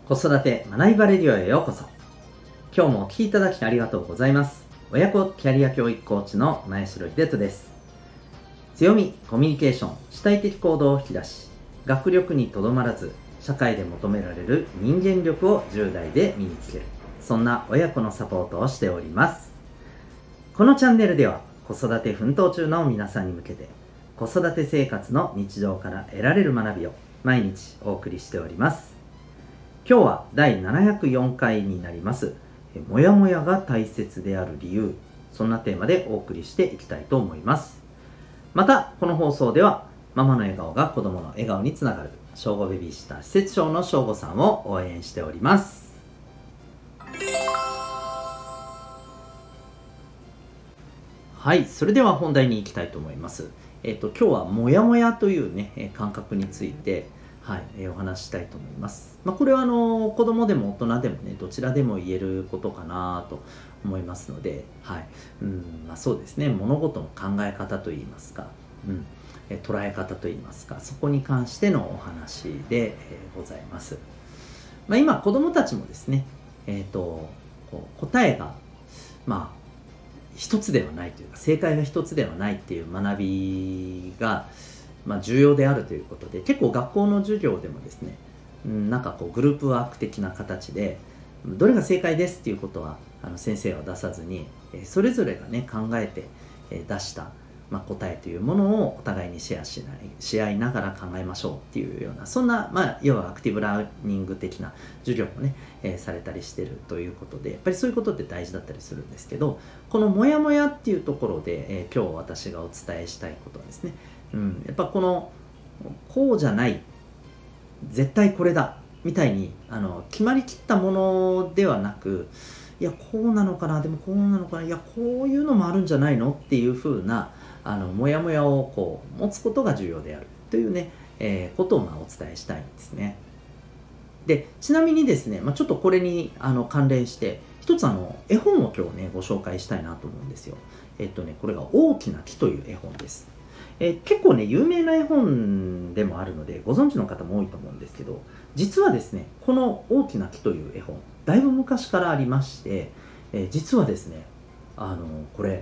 子育て学びバレリオへようこそ。今日もお聞きいただきありがとうございます。親子キャリア教育コーチの前城秀人です。強み、コミュニケーション、主体的行動を引き出し、学力にとどまらず社会で求められる人間力を10代で身につける、そんな親子のサポートをしております。このチャンネルでは子育て奮闘中の皆さんに向けて、子育て生活の日常から得られる学びを毎日お送りしております。今日は第704回になります。もやもやが大切である理由、そんなテーマでお送りしていきたいと思います。またこの放送では、ママの笑顔が子供の笑顔につながる小5ベビーシッター施設長のしょうごさんを応援しております。はい、それでは本題に行きたいと思います。今日はもやもやというね、感覚についてお話ししたいと思います。これは子供でも大人でもね、どちらでも言えることかなと思いますので、そうですね、物事の考え方といいますか、捉え方といいますか、そこに関してのお話で、ございます。今子供たちもですね、答えが一つではないというか、正解が一つではないっていう学びが重要であるということで、結構学校の授業でもですね、グループワーク的な形で、どれが正解ですっていうことは先生は出さずに、それぞれがね考えて出した答えというものをお互いにシェアし合いながら考えましょうっていうような、そんな要はアクティブラーニング的な授業もね、されたりしてるということで、やっぱりそういうことって大事だったりするんですけど、このモヤモヤっていうところで、今日私がお伝えしたいことはですね、やっぱこうじゃない、絶対これだみたいに決まりきったものではなく、いやこうなのかな、でもこうなのかな、いやこういうのもあるんじゃないのっていう風なモヤモヤを持つことが重要であるというね、ことをお伝えしたいんですね。で、ちなみにですね、ちょっとこれに関連して一つ絵本を今日ねご紹介したいなと思うんですよ。これが大きな木という絵本です。結構ね有名な絵本でもあるのでご存知の方も多いと思うんですけど、実はですねこの大きな木という絵本、だいぶ昔からありまして、実はですねこれ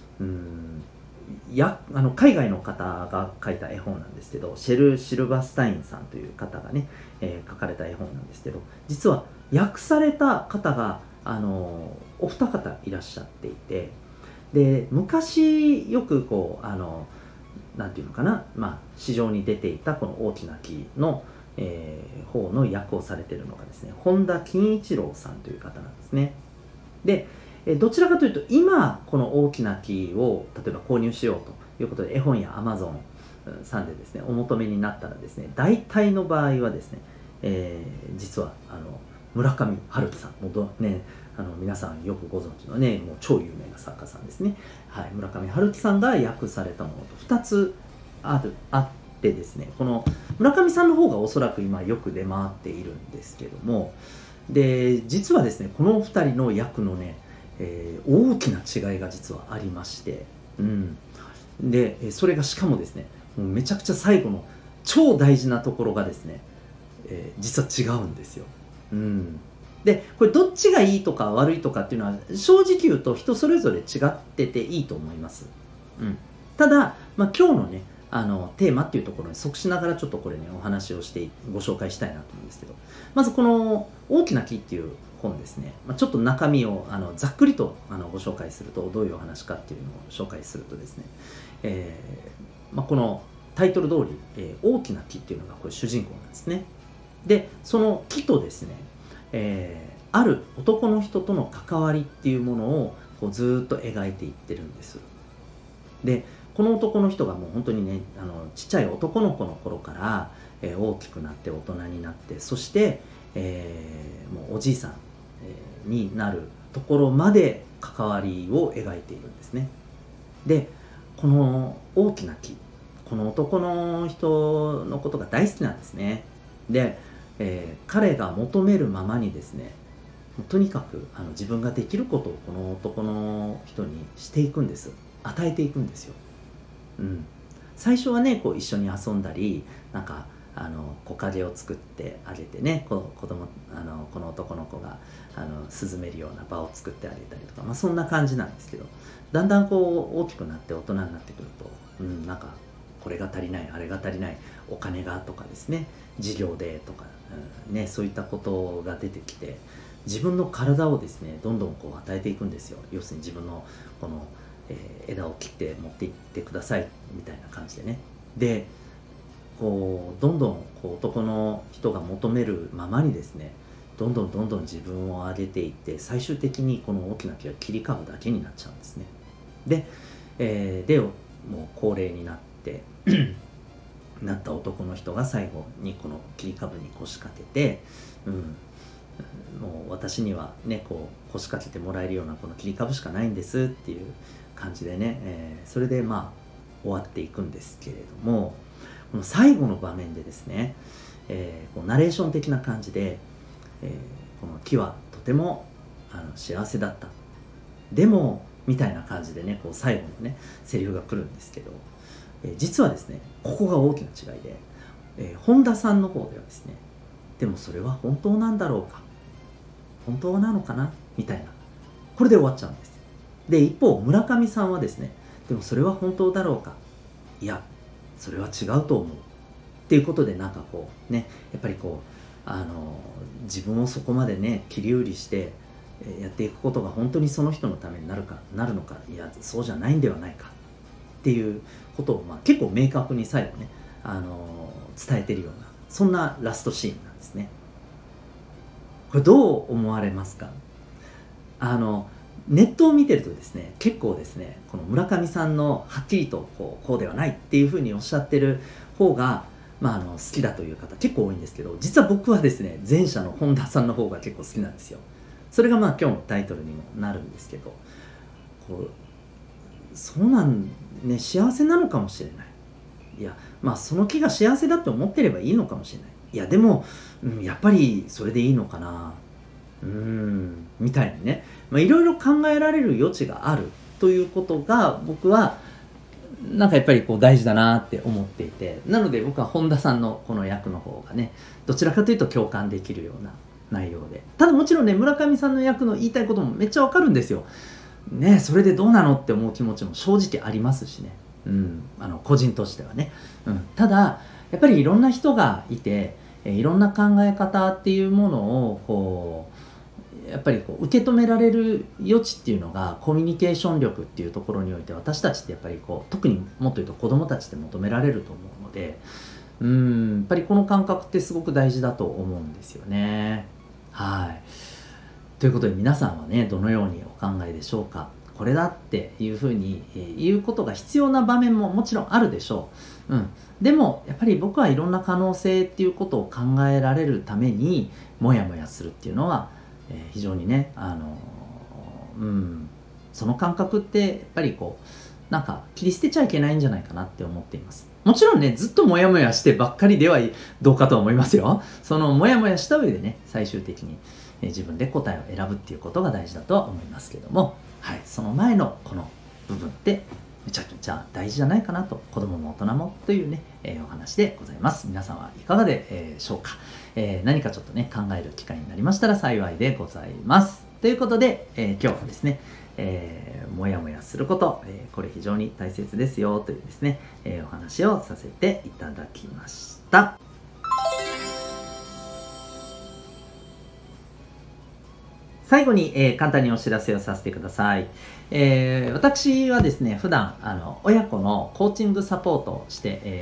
海外の方が書いた絵本なんですけど、シルバスタインさんという方がね、書かれた絵本なんですけど、実は訳された方がお二方いらっしゃっていて、で昔よくなんていうのかな、市場に出ていたこの大きな木の、方の訳をされているのがですね、本田金一郎さんという方なんですね。で、どちらかというと今この大きな木を例えば購入しようということで絵本や Amazon さんでですねお求めになったらですね、大体の場合はですね、実は村上春樹さんもね、皆さんよくご存知のね、もう超有名な作家さんですね。村上春樹さんが訳されたものと2つあってですね、この村上さんの方がおそらく今よく出回っているんですけども、で実はですねこのお二人の訳のね、大きな違いが実はありまして、でそれがしかもですね、もうめちゃくちゃ最後の超大事なところがですね、実は違うんですよ。でこれどっちがいいとか悪いとかっていうのは正直言うと人それぞれ違ってていいと思います。ただ、今日のねテーマっていうところに即しながらちょっとこれねお話をしてご紹介したいなと思うんですけど、まずこの大きな木っていう本ですね、ちょっと中身をざっくりとご紹介すると、どういうお話かっていうのを紹介するとですね、このタイトル通り、大きな木っていうのがこれ主人公なんですね。でその木とですね、ある男の人との関わりっていうものをずっと描いていってるんです。でこの男の人がもう本当にねちっちゃい男の子の頃から、大きくなって大人になって、そして、もうおじいさん、になるところまで関わりを描いているんですね。でこの大きな木、この男の人のことが大好きなんですね。で、彼が求めるままにですね、とにかく自分ができることをこの男の人にしていくんです。与えていくんですよ。最初はね一緒に遊んだり、 木陰を作ってあげてね、この男の子が涼めるような場を作ってあげたりとか、そんな感じなんですけど、だんだん大きくなって大人になってくると、なんかこれが足りない、あれが足りない、お金がとかですね、事業でとか、そういったことが出てきて、自分の体をですねどんどん与えていくんですよ。要するに自分のこの、枝を切って持っていってくださいみたいな感じでね。でどんどん男の人が求めるままにですね、どんどん自分を上げていって、最終的にこの大きな木は切り株だけになっちゃうんですね。で、もう高齢になってなった男の人が最後にこの切り株に腰掛けて、もう私にはね腰掛けてもらえるようなこの切り株しかないんですっていう感じでね、それで終わっていくんですけれども、この最後の場面でですね、ナレーション的な感じで、この木はとても幸せだった、でもみたいな感じでね最後のねセリフが来るんですけど、実はですねここが大きな違いで、本田さんの方ではですね、でもそれは本当なんだろうか、本当なのかなみたいな、これで終わっちゃうんです。で一方村上さんはですね、でもそれは本当だろうか、いやそれは違うと思うっていうことで、なんかやっぱり自分をそこまでね切り売りしてやっていくことが本当にその人のためになるのか、いやそうじゃないんではないかっていうことを結構明確に最後ね伝えてるような、そんなラストシーンなんですね。これどう思われますか？ネットを見てるとですね、結構ですねこの村上さんのはっきりとこうではないっていうふうにおっしゃってる方が、好きだという方結構多いんですけど、実は僕はですね前者の本田さんの方が結構好きなんですよ。それが今日のタイトルにもなるんですけど、そうなんね、幸せなのかもしれない。いやその木が幸せだって思ってればいいのかもしれない。いやでも、やっぱりそれでいいのかな、みたいにね、いろいろ考えられる余地があるということが僕はなんかやっぱり大事だなって思っていて、なので僕は本田さんのこの役の方がねどちらかというと共感できるような内容で、ただもちろんね村上さんの役の言いたいこともめっちゃわかるんですよね。それでどうなのって思う気持ちも正直ありますしね、個人としてはね、ただやっぱりいろんな人がいて、いろんな考え方っていうものをやっぱり受け止められる余地っていうのがコミュニケーション力っていうところにおいて、私たちってやっぱり特にもっと言うと子どもたちって求められると思うので、やっぱりこの感覚ってすごく大事だと思うんですよね。はい。ということで皆さんはねどのようにお考えでしょうか。これだっていうふうに言うことが必要な場面ももちろんあるでしょう。でもやっぱり僕はいろんな可能性っていうことを考えられるためにモヤモヤするっていうのは非常にねその感覚ってやっぱりなんか切り捨てちゃいけないんじゃないかなって思っています。もちろんねずっとモヤモヤしてばっかりではどうかと思いますよ。そのモヤモヤした上でね最終的に自分で答えを選ぶっていうことが大事だとは思いますけども、はい、その前のこの部分ってめちゃくちゃ大事じゃないかなと、子供も大人もというね、お話でございます。皆さんはいかがでしょうか。何かちょっとね考える機会になりましたら幸いでございます。ということで、今日はですね、もやもやすること、これ非常に大切ですよというですね、お話をさせていただきました。最後に、簡単にお知らせをさせてください。私はですね、普段親子のコーチングサポートをして、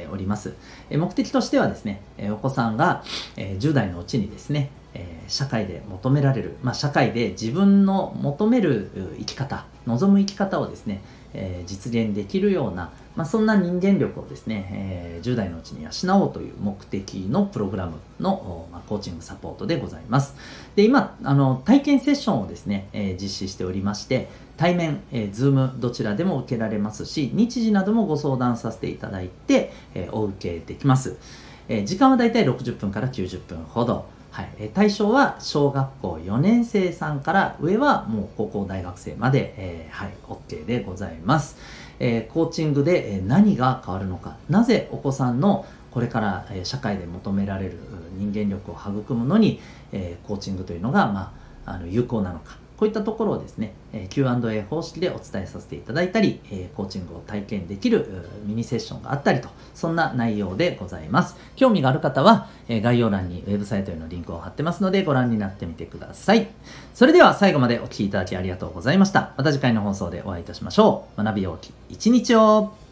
おります。目的としてはですね、お子さんが、10代のうちにですね、社会で求められる、社会で自分の求める生き方、望む生き方をですね、実現できるような、そんな人間力をですね、10代のうちに養おうという目的のプログラムの、コーチングサポートでございます。で今体験セッションをですね、実施しておりまして、対面、Zoom どちらでも受けられますし、日時などもご相談させていただいて、お受けできます。時間はだいたい60分から90分ほど。はい、対象は小学校4年生さんから上はもう高校大学生まで、OK でございます。コーチングで何が変わるのか、なぜお子さんのこれから社会で求められる人間力を育むのにコーチングというのが、有効なのか、こういったところをですね Q&A 方式でお伝えさせていただいたり、コーチングを体験できるミニセッションがあったりと、そんな内容でございます。興味がある方は概要欄にウェブサイトへのリンクを貼ってますのでご覧になってみてください。それでは最後までお聞きいただきありがとうございました。また次回の放送でお会いいたしましょう。学びようき一日を。